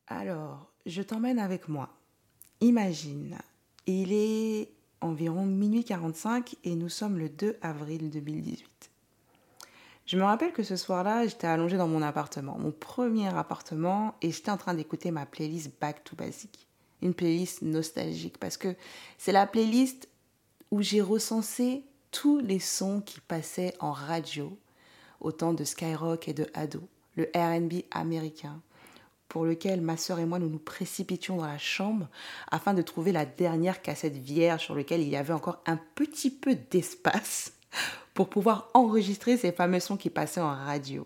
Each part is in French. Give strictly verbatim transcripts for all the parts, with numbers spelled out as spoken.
Alors, je t'emmène avec moi. Imagine, il est environ minuit quarante-cinq et nous sommes le deux avril deux mille dix-huit. Je me rappelle que ce soir-là, j'étais allongée dans mon appartement, mon premier appartement, et j'étais en train d'écouter ma playlist Back to Basic. Une playlist nostalgique parce que c'est la playlist où j'ai recensé tous les sons qui passaient en radio, au temps de Skyrock et de Ado, le R and B américain, pour lequel ma sœur et moi nous nous précipitions dans la chambre afin de trouver la dernière cassette vierge sur laquelle il y avait encore un petit peu d'espace pour pouvoir enregistrer ces fameux sons qui passaient en radio.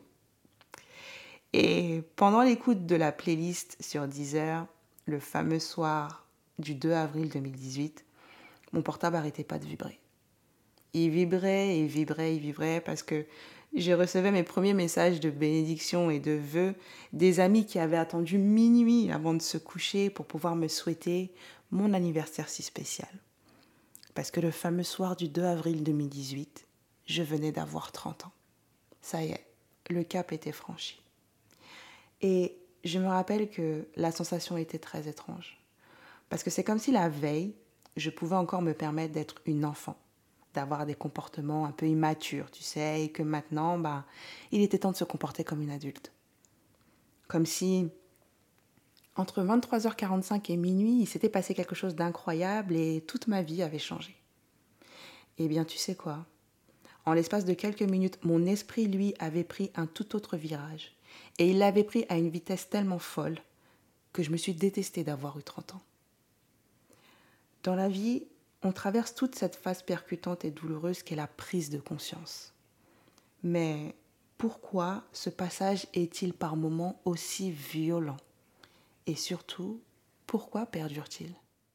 Et pendant l'écoute de la playlist sur Deezer, le fameux soir du deux avril deux mille dix-huit, mon portable n'arrêtait pas de vibrer. Il vibrait, il vibrait, il vibrait parce que je recevais mes premiers messages de bénédiction et de vœux des amis qui avaient attendu minuit avant de se coucher pour pouvoir me souhaiter mon anniversaire si spécial. Parce que le fameux soir du deux avril deux mille dix-huit, je venais d'avoir trente ans. Ça y est, le cap était franchi. Et je me rappelle que la sensation était très étrange. Parce que c'est comme si la veille, je pouvais encore me permettre d'être une enfant, d'avoir des comportements un peu immatures, tu sais, et que maintenant, bah, il était temps de se comporter comme une adulte. Comme si, entre vingt-trois heures quarante-cinq et minuit, il s'était passé quelque chose d'incroyable et toute ma vie avait changé. Eh bien, tu sais quoi ? En l'espace de quelques minutes, mon esprit, lui, avait pris un tout autre virage. Et il l'avait pris à une vitesse tellement folle que je me suis détestée d'avoir eu trente ans. Dans la vie, on traverse toute cette phase percutante et douloureuse qu'est la prise de conscience. Mais pourquoi ce passage est-il par moments aussi violent ? Et surtout, pourquoi perdure-t-il ?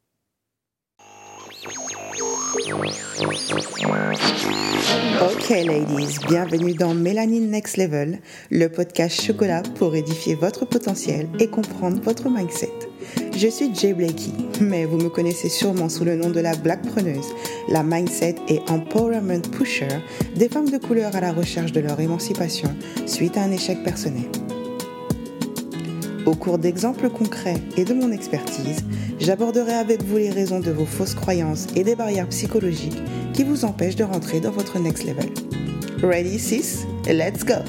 Ok ladies, bienvenue dans Mélanine Next Level, le podcast chocolat pour édifier votre potentiel et comprendre votre mindset. Je suis Jay Blakey, mais vous me connaissez sûrement sous le nom de la Black Preneuse, la mindset et empowerment pusher des femmes de couleur à la recherche de leur émancipation suite à un échec personnel. Au cours d'exemples concrets et de mon expertise, j'aborderai avec vous les raisons de vos fausses croyances et des barrières psychologiques qui vous empêchent de rentrer dans votre next level. Ready, sis? Let's go!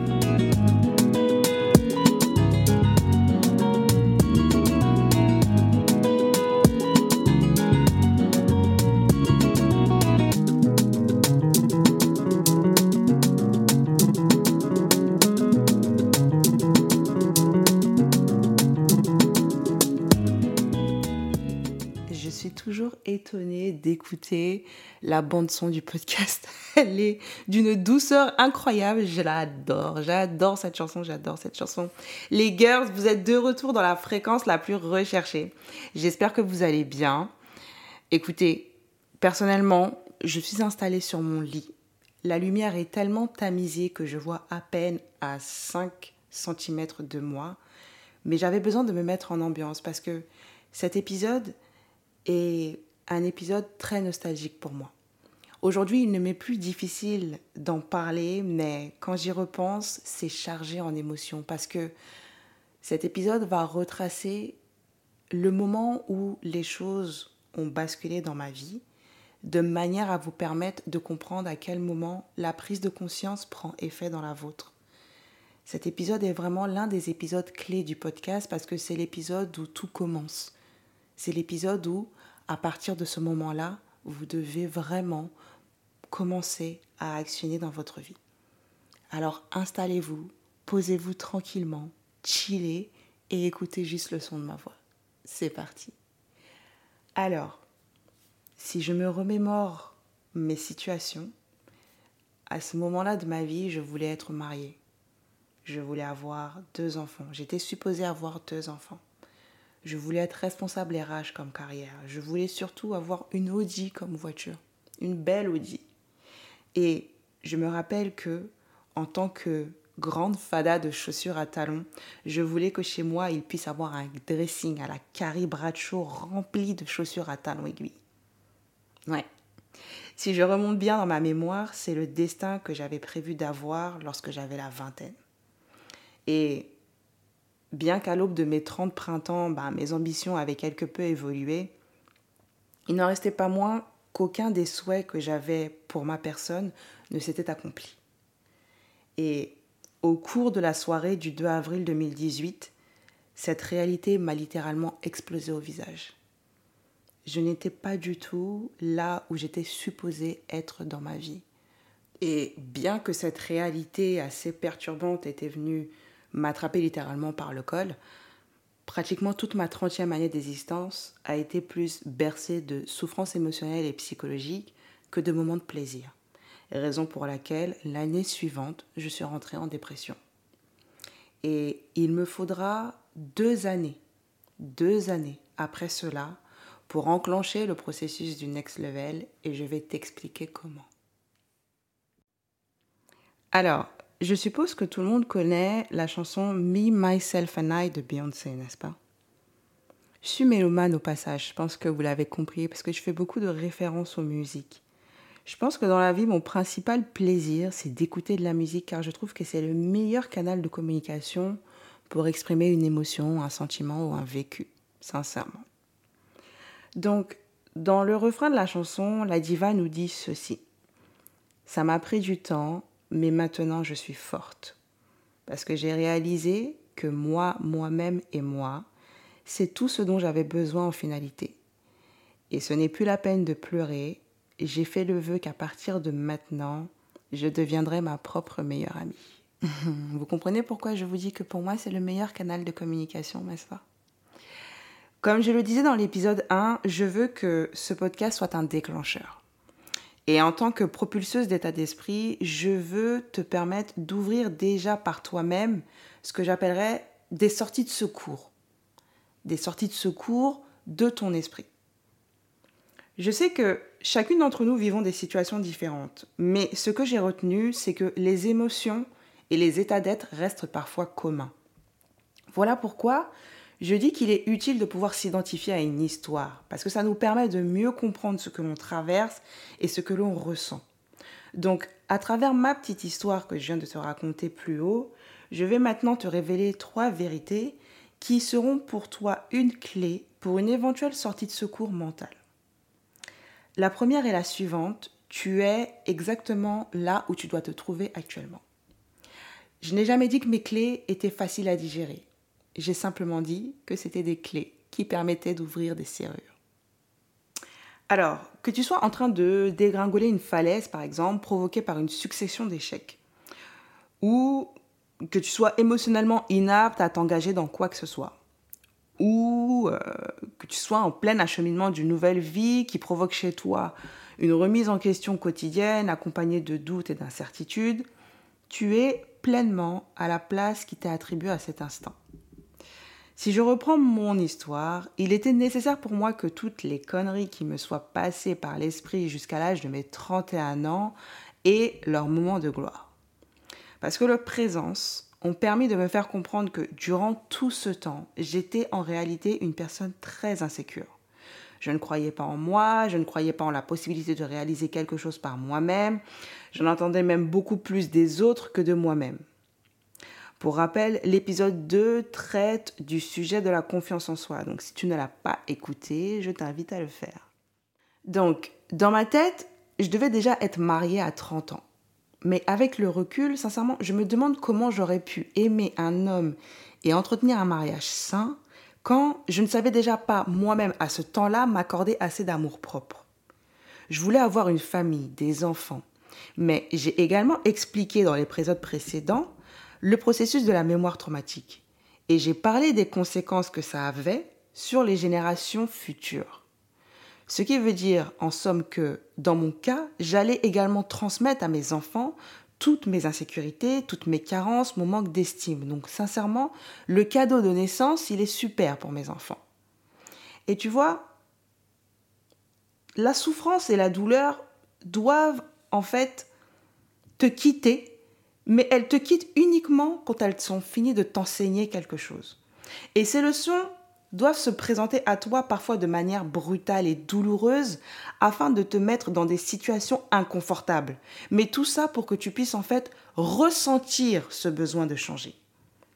Toujours étonnée d'écouter la bande-son du podcast. Elle est d'une douceur incroyable. Je l'adore. J'adore cette chanson. J'adore cette chanson. Les girls, vous êtes de retour dans la fréquence la plus recherchée. J'espère que vous allez bien. Écoutez, personnellement, je suis installée sur mon lit. La lumière est tellement tamisée que je vois à peine à cinq centimètres de moi. Mais j'avais besoin de me mettre en ambiance parce que cet épisode est un épisode très nostalgique pour moi. Aujourd'hui, il ne m'est plus difficile d'en parler, mais quand j'y repense, c'est chargé en émotions parce que cet épisode va retracer le moment où les choses ont basculé dans ma vie, de manière à vous permettre de comprendre à quel moment la prise de conscience prend effet dans la vôtre. Cet épisode est vraiment l'un des épisodes clés du podcast parce que c'est l'épisode où tout commence. C'est l'épisode où, à partir de ce moment-là, vous devez vraiment commencer à actionner dans votre vie. Alors installez-vous, posez-vous tranquillement, chillez et écoutez juste le son de ma voix. C'est parti. Alors, si je me remémore mes situations, à ce moment-là de ma vie, je voulais être mariée. Je voulais avoir deux enfants. J'étais supposée avoir deux enfants. Je voulais être responsable R H comme carrière. Je voulais surtout avoir une Audi comme voiture. Une belle Audi. Et je me rappelle que, en tant que grande fada de chaussures à talons, je voulais que chez moi, il puisse avoir un dressing à la Carrie Bradshaw rempli de chaussures à talons aiguilles. Ouais. Si je remonte bien dans ma mémoire, c'est le destin que j'avais prévu d'avoir lorsque j'avais la vingtaine. Et bien qu'à l'aube de mes trente printemps, ben, mes ambitions avaient quelque peu évolué, il n'en restait pas moins qu'aucun des souhaits que j'avais pour ma personne ne s'était accompli. Et au cours de la soirée du deux avril deux mille dix-huit, cette réalité m'a littéralement explosé au visage. Je n'étais pas du tout là où j'étais supposée être dans ma vie. Et bien que cette réalité assez perturbante était venue m'attraper littéralement par le col, pratiquement toute ma trentième année d'existence a été plus bercée de souffrances émotionnelles et psychologiques que de moments de plaisir. Raison pour laquelle l'année suivante, je suis rentrée en dépression. Et il me faudra deux années, deux années après cela pour enclencher le processus du next level et je vais t'expliquer comment. Alors, je suppose que tout le monde connaît la chanson Me, Myself and I de Beyoncé, n'est-ce pas? Je suis mélomane au passage, je pense que vous l'avez compris, parce que je fais beaucoup de références aux musiques. Je pense que dans la vie, mon principal plaisir, c'est d'écouter de la musique, car je trouve que c'est le meilleur canal de communication pour exprimer une émotion, un sentiment ou un vécu, sincèrement. Donc, dans le refrain de la chanson, la diva nous dit ceci. Ça m'a pris du temps, mais maintenant je suis forte. Parce que j'ai réalisé que moi, moi-même et moi, c'est tout ce dont j'avais besoin en finalité. Et ce n'est plus la peine de pleurer. J'ai fait le vœu qu'à partir de maintenant, je deviendrai ma propre meilleure amie. Vous comprenez pourquoi je vous dis que pour moi, c'est le meilleur canal de communication, n'est-ce pas? Comme je le disais dans l'épisode un, je veux que ce podcast soit un déclencheur. Et en tant que propulseuse d'état d'esprit, je veux te permettre d'ouvrir déjà par toi-même ce que j'appellerais des sorties de secours. Des sorties de secours de ton esprit. Je sais que chacune d'entre nous vivons des situations différentes, mais ce que j'ai retenu, c'est que les émotions et les états d'être restent parfois communs. Voilà pourquoi je dis qu'il est utile de pouvoir s'identifier à une histoire, parce que ça nous permet de mieux comprendre ce que l'on traverse et ce que l'on ressent. Donc, à travers ma petite histoire que je viens de te raconter plus haut, je vais maintenant te révéler trois vérités qui seront pour toi une clé pour une éventuelle sortie de secours mentale. La première est la suivante, tu es exactement là où tu dois te trouver actuellement. Je n'ai jamais dit que mes clés étaient faciles à digérer. J'ai simplement dit que c'était des clés qui permettaient d'ouvrir des serrures. Alors, que tu sois en train de dégringoler une falaise, par exemple, provoquée par une succession d'échecs, ou que tu sois émotionnellement inapte à t'engager dans quoi que ce soit, ou euh, que tu sois en plein acheminement d'une nouvelle vie qui provoque chez toi une remise en question quotidienne accompagnée de doutes et d'incertitudes, tu es pleinement à la place qui t'est attribuée à cet instant. Si je reprends mon histoire, il était nécessaire pour moi que toutes les conneries qui me soient passées par l'esprit jusqu'à l'âge de mes trente et un ans aient leur moment de gloire. Parce que leurs présences ont permis de me faire comprendre que durant tout ce temps, j'étais en réalité une personne très insécure. Je ne croyais pas en moi, je ne croyais pas en la possibilité de réaliser quelque chose par moi-même, j'en entendais même beaucoup plus des autres que de moi-même. Pour rappel, l'épisode deux traite du sujet de la confiance en soi. Donc, si tu ne l'as pas écouté, je t'invite à le faire. Donc, dans ma tête, je devais déjà être mariée à trente ans. Mais avec le recul, sincèrement, je me demande comment j'aurais pu aimer un homme et entretenir un mariage sain quand je ne savais déjà pas moi-même à ce temps-là m'accorder assez d'amour-propre. Je voulais avoir une famille, des enfants. Mais j'ai également expliqué dans les épisodes précédents le processus de la mémoire traumatique. Et j'ai parlé des conséquences que ça avait sur les générations futures. Ce qui veut dire, en somme, que, dans mon cas, j'allais également transmettre à mes enfants toutes mes insécurités, toutes mes carences, mon manque d'estime. Donc, sincèrement, le cadeau de naissance, il est super pour mes enfants. Et tu vois, la souffrance et la douleur doivent, en fait, te quitter, mais elles te quittent uniquement quand elles sont finies de t'enseigner quelque chose. Et ces leçons doivent se présenter à toi parfois de manière brutale et douloureuse afin de te mettre dans des situations inconfortables. Mais tout ça pour que tu puisses en fait ressentir ce besoin de changer.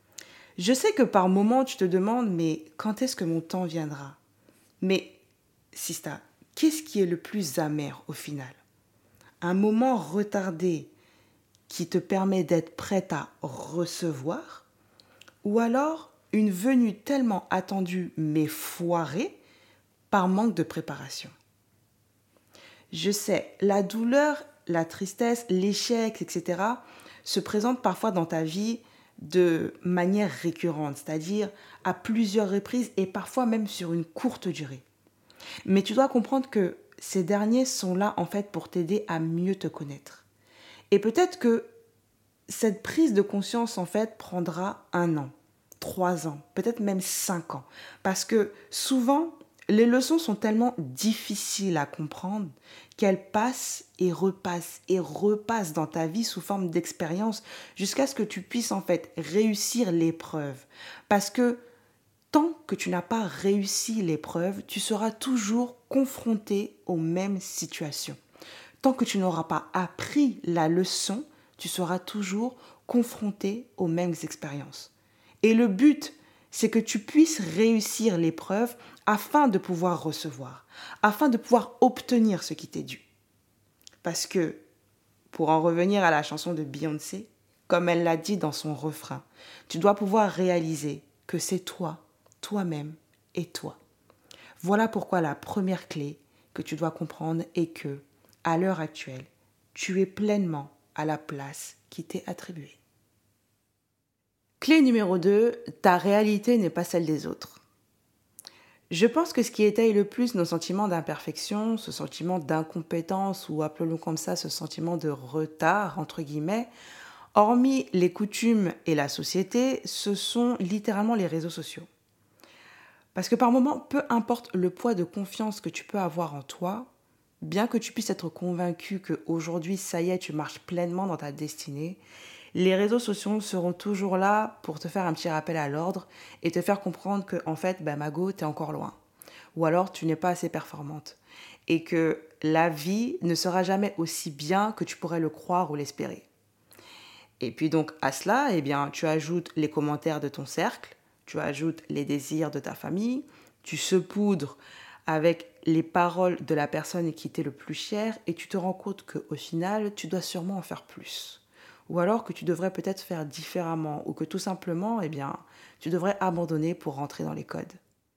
Je sais que par moments, tu te demandes, mais quand est-ce que mon temps viendra? Mais, Sista, qu'est-ce qui est le plus amer au final? Un moment retardé qui te permet d'être prête à recevoir, ou alors une venue tellement attendue mais foirée par manque de préparation. Je sais, la douleur, la tristesse, l'échec, et cetera se présentent parfois dans ta vie de manière récurrente, c'est-à-dire à plusieurs reprises et parfois même sur une courte durée. Mais tu dois comprendre que ces derniers sont là en fait pour t'aider à mieux te connaître. Et peut-être que cette prise de conscience en fait prendra un an, trois ans, peut-être même cinq ans. Parce que souvent, les leçons sont tellement difficiles à comprendre qu'elles passent et repassent et repassent dans ta vie sous forme d'expérience jusqu'à ce que tu puisses en fait réussir l'épreuve. Parce que tant que tu n'as pas réussi l'épreuve, tu seras toujours confronté aux mêmes situations. Tant que tu n'auras pas appris la leçon, tu seras toujours confronté aux mêmes expériences. Et le but, c'est que tu puisses réussir l'épreuve afin de pouvoir recevoir, afin de pouvoir obtenir ce qui t'est dû. Parce que, pour en revenir à la chanson de Beyoncé, comme elle l'a dit dans son refrain, tu dois pouvoir réaliser que c'est toi, toi-même et toi. Voilà pourquoi la première clé que tu dois comprendre est que, à l'heure actuelle, tu es pleinement à la place qui t'est attribuée. Clé numéro deux, ta réalité n'est pas celle des autres. Je pense que ce qui étaye le plus nos sentiments d'imperfection, ce sentiment d'incompétence ou appelons comme ça ce sentiment de retard, entre guillemets, hormis les coutumes et la société, ce sont littéralement les réseaux sociaux. Parce que par moments, peu importe le poids de confiance que tu peux avoir en toi, bien que tu puisses être convaincu qu'aujourd'hui, ça y est, tu marches pleinement dans ta destinée, les réseaux sociaux seront toujours là pour te faire un petit rappel à l'ordre et te faire comprendre que, en fait, ben, Mago, t'es encore loin. Ou alors, tu n'es pas assez performante. Et que la vie ne sera jamais aussi bien que tu pourrais le croire ou l'espérer. Et puis donc, à cela, eh bien, tu ajoutes les commentaires de ton cercle, tu ajoutes les désirs de ta famille, tu saupoudres avec les paroles de la personne qui t'est le plus chère et tu te rends compte qu'au final, tu dois sûrement en faire plus. Ou alors que tu devrais peut-être faire différemment ou que tout simplement, eh bien, tu devrais abandonner pour rentrer dans les codes.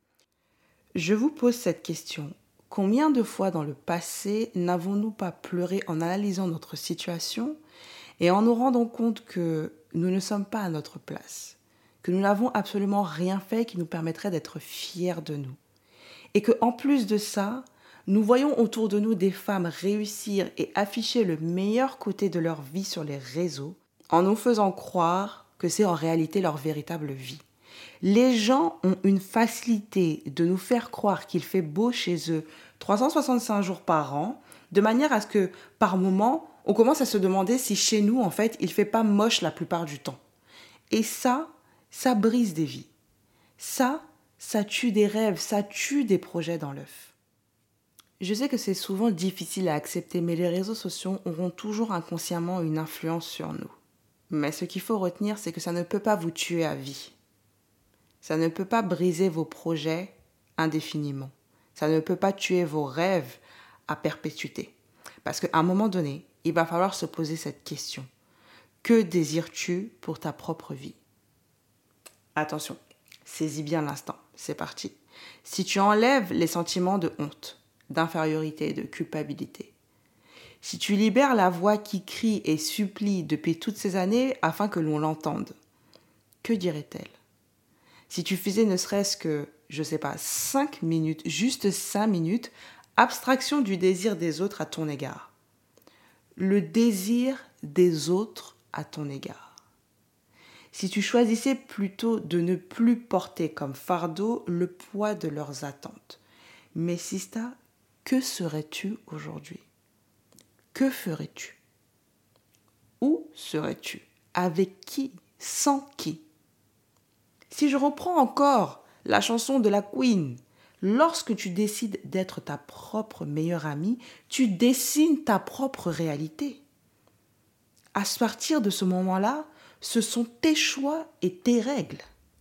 Je vous pose cette question. Combien de fois dans le passé n'avons-nous pas pleuré en analysant notre situation et en nous rendant compte que nous ne sommes pas à notre place, que nous n'avons absolument rien fait qui nous permettrait d'être fiers de nous. Et qu'en plus de ça, nous voyons autour de nous des femmes réussir et afficher le meilleur côté de leur vie sur les réseaux en nous faisant croire que c'est en réalité leur véritable vie. Les gens ont une facilité de nous faire croire qu'il fait beau chez eux trois cent soixante-cinq jours par an, de manière à ce que, par moment, on commence à se demander si chez nous, en fait, il ne fait pas moche la plupart du temps. Et ça, ça brise des vies. Ça, ça tue des rêves, ça tue des projets dans l'œuf. Je sais que c'est souvent difficile à accepter, mais les réseaux sociaux auront toujours inconsciemment une influence sur nous. Mais ce qu'il faut retenir, c'est que ça ne peut pas vous tuer à vie. Ça ne peut pas briser vos projets indéfiniment. Ça ne peut pas tuer vos rêves à perpétuité. Parce qu'à un moment donné, il va falloir se poser cette question. Que désires-tu pour ta propre vie? Attention, saisis bien l'instant. C'est parti. Si tu enlèves les sentiments de honte, d'infériorité et de culpabilité, si tu libères la voix qui crie et supplie depuis toutes ces années afin que l'on l'entende, que dirait-elle? Si tu faisais ne serait-ce que, je sais pas, cinq minutes, juste cinq minutes, abstraction du désir des autres à ton égard. Le désir des autres à ton égard. Si tu choisissais plutôt de ne plus porter comme fardeau le poids de leurs attentes. Mais Sista, que serais-tu aujourd'hui? Que ferais-tu? Où serais-tu? Avec qui? Sans qui? Si je reprends encore la chanson de la Queen, lorsque tu décides d'être ta propre meilleure amie, tu dessines ta propre réalité. À partir de ce moment-là, ce sont tes choix et tes règles.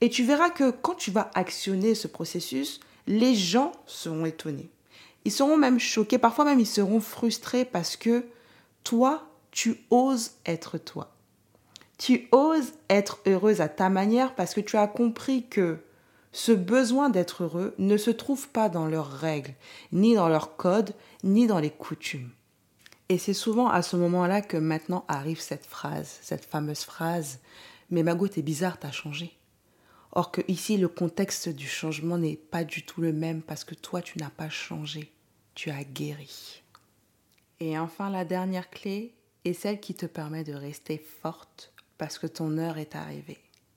Et tu verras que quand tu vas actionner ce processus, les gens seront étonnés. Ils seront même choqués, parfois même ils seront frustrés parce que toi, tu oses être toi. Tu oses être heureuse à ta manière parce que tu as compris que ce besoin d'être heureux ne se trouve pas dans leurs règles, ni dans leurs codes, ni dans les coutumes. Et c'est souvent à ce moment-là que maintenant arrive cette phrase, cette fameuse phrase « Mais Mago, t'es bizarre, t'as changé ». Or que ici, le contexte du changement n'est pas du tout le même parce que toi, tu n'as pas changé, tu as guéri. Et enfin, la dernière clé est celle qui te permet de rester forte parce que ton heure est arrivée.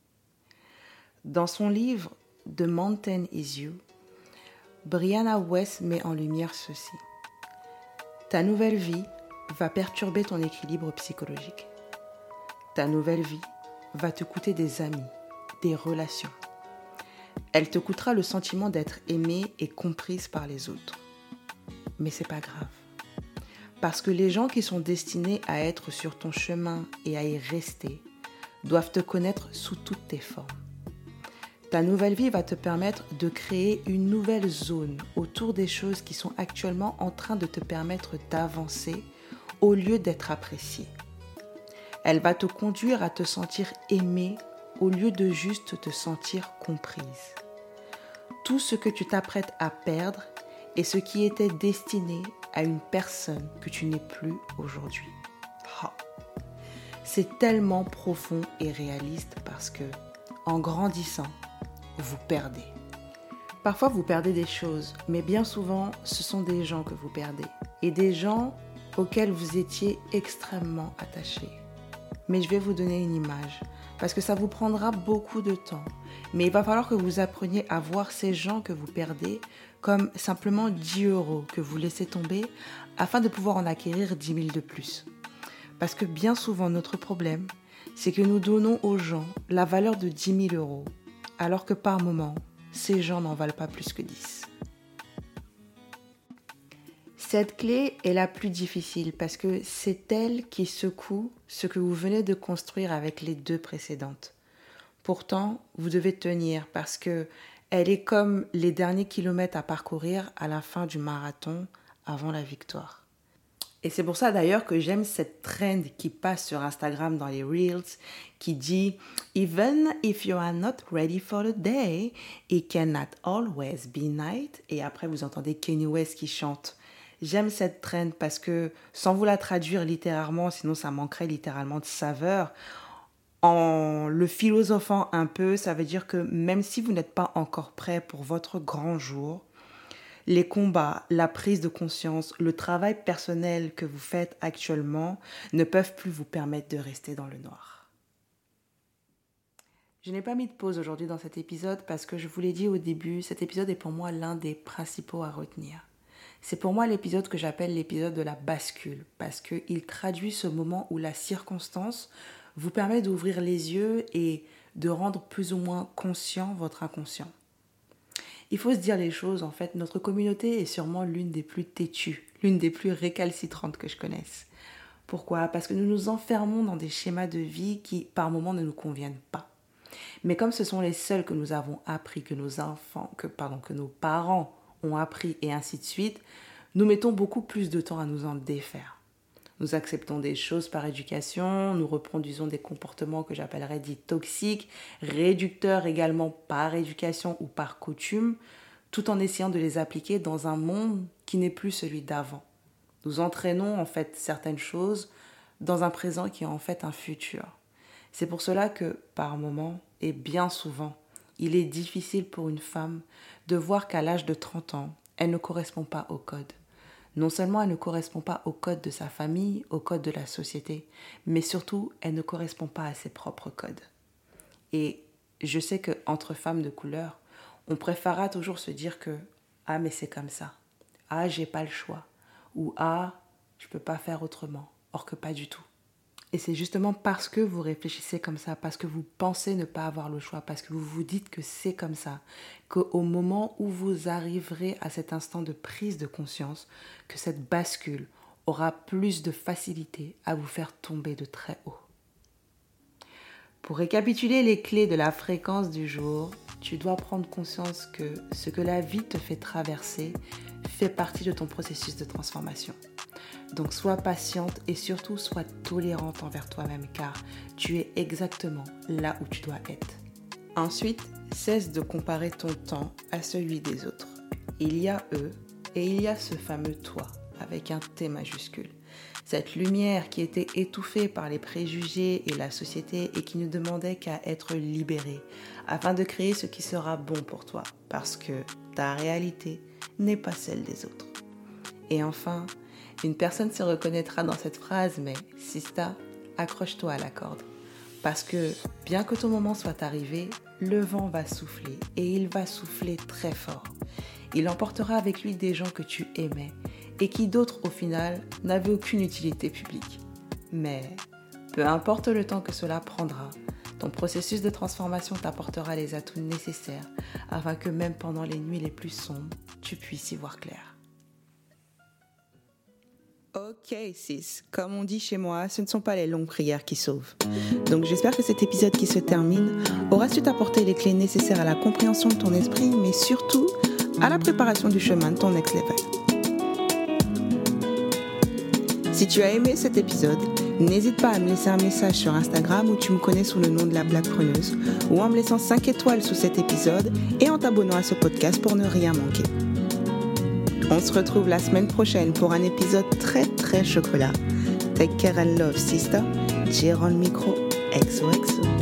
Dans son livre « The Mountain is You », Brianna Wiest met en lumière ceci. Ta nouvelle vie va perturber ton équilibre psychologique. Ta nouvelle vie va te coûter des amis, des relations. Elle te coûtera le sentiment d'être aimée et comprise par les autres. Mais c'est pas grave. Parce que les gens qui sont destinés à être sur ton chemin et à y rester doivent te connaître sous toutes tes formes. Ta nouvelle vie va te permettre de créer une nouvelle zone autour des choses qui sont actuellement en train de te permettre d'avancer au lieu d'être apprécié. Elle va te conduire à te sentir aimée au lieu de juste te sentir comprise. Tout ce que tu t'apprêtes à perdre est ce qui était destiné à une personne que tu n'es plus aujourd'hui. Oh. C'est tellement profond et réaliste parce que, en grandissant, vous perdez. Parfois, vous perdez des choses, mais bien souvent, ce sont des gens que vous perdez. Et des gens auxquels vous étiez extrêmement attachés. Mais je vais vous donner une image, parce que ça vous prendra beaucoup de temps. Mais il va falloir que vous appreniez à voir ces gens que vous perdez comme simplement dix euros que vous laissez tomber afin de pouvoir en acquérir dix mille de plus. Parce que bien souvent, notre problème, c'est que nous donnons aux gens la valeur de dix mille euros, alors que par moment, ces gens n'en valent pas plus que dix. Cette clé est la plus difficile parce que c'est elle qui secoue ce que vous venez de construire avec les deux précédentes. Pourtant, vous devez tenir parce que elle est comme les derniers kilomètres à parcourir à la fin du marathon avant la victoire. Et c'est pour ça d'ailleurs que j'aime cette trend qui passe sur Instagram dans les Reels qui dit « Even if you are not ready for the day, it cannot always be night » et après vous entendez Kanye West qui chante. J'aime cette trend parce que sans vous la traduire littéralement, sinon ça manquerait littéralement de saveur, en le philosophant un peu, ça veut dire que même si vous n'êtes pas encore prêt pour votre grand jour, les combats, la prise de conscience, le travail personnel que vous faites actuellement ne peuvent plus vous permettre de rester dans le noir. Je n'ai pas mis de pause aujourd'hui dans cet épisode parce que je vous l'ai dit au début, cet épisode est pour moi l'un des principaux à retenir. C'est pour moi l'épisode que j'appelle l'épisode de la bascule parce qu'il traduit ce moment où la circonstance vous permet d'ouvrir les yeux et de rendre plus ou moins conscient votre inconscient. Il faut se dire les choses, en fait, notre communauté est sûrement l'une des plus têtues, l'une des plus récalcitrantes que je connaisse. Pourquoi ? Parce que nous nous enfermons dans des schémas de vie qui, par moments, ne nous conviennent pas. Mais comme ce sont les seuls que nous avons appris, que nos enfants, que, pardon, que nos parents ont appris et ainsi de suite, nous mettons beaucoup plus de temps à nous en défaire. Nous acceptons des choses par éducation, nous reproduisons des comportements que j'appellerais dits toxiques, réducteurs également par éducation ou par coutume, tout en essayant de les appliquer dans un monde qui n'est plus celui d'avant. Nous entraînons en fait certaines choses dans un présent qui est en fait un futur. C'est pour cela que par moments, et bien souvent, il est difficile pour une femme de voir qu'à l'âge de trente ans, elle ne correspond pas au code. Non seulement elle ne correspond pas au code de sa famille, au code de la société, mais surtout, elle ne correspond pas à ses propres codes. Et je sais qu'entre femmes de couleur, on préférera toujours se dire que « Ah, mais c'est comme ça. Ah, j'ai pas le choix. » ou « Ah, je peux pas faire autrement. » Or que pas du tout. Et c'est justement parce que vous réfléchissez comme ça, parce que vous pensez ne pas avoir le choix, parce que vous vous dites que c'est comme ça, qu'au moment où vous arriverez à cet instant de prise de conscience, que cette bascule aura plus de facilité à vous faire tomber de très haut. Pour récapituler les clés de la fréquence du jour, tu dois prendre conscience que ce que la vie te fait traverser fait partie de ton processus de transformation. Donc sois patiente et surtout sois tolérante envers toi-même car tu es exactement là où tu dois être. Ensuite, cesse de comparer ton temps à celui des autres. Il y a eux et il y a ce fameux toi avec un T majuscule. Cette lumière qui était étouffée par les préjugés et la société et qui ne demandait qu'à être libérée afin de créer ce qui sera bon pour toi parce que ta réalité n'est pas celle des autres. Et enfin, une personne se reconnaîtra dans cette phrase, mais Sista, accroche-toi à la corde. Parce que bien que ton moment soit arrivé, le vent va souffler et il va souffler très fort. Il emportera avec lui des gens que tu aimais et qui d'autres au final n'avaient aucune utilité publique. Mais peu importe le temps que cela prendra, ton processus de transformation t'apportera les atouts nécessaires afin que même pendant les nuits les plus sombres, tu puisses y voir clair. Ok sis, comme on dit chez moi, ce ne sont pas les longues prières qui sauvent. Donc j'espère que cet épisode qui se termine aura su t'apporter les clés nécessaires à la compréhension de ton esprit, mais surtout à la préparation du chemin de ton next level. Si tu as aimé cet épisode, n'hésite pas à me laisser un message sur Instagram où tu me connais sous le nom de la Black Preneuse ou en me laissant cinq étoiles sous cet épisode et en t'abonnant à ce podcast pour ne rien manquer. On se retrouve la semaine prochaine pour un épisode très très chocolat. Take care and love, sister. J'ai le micro. X O X O.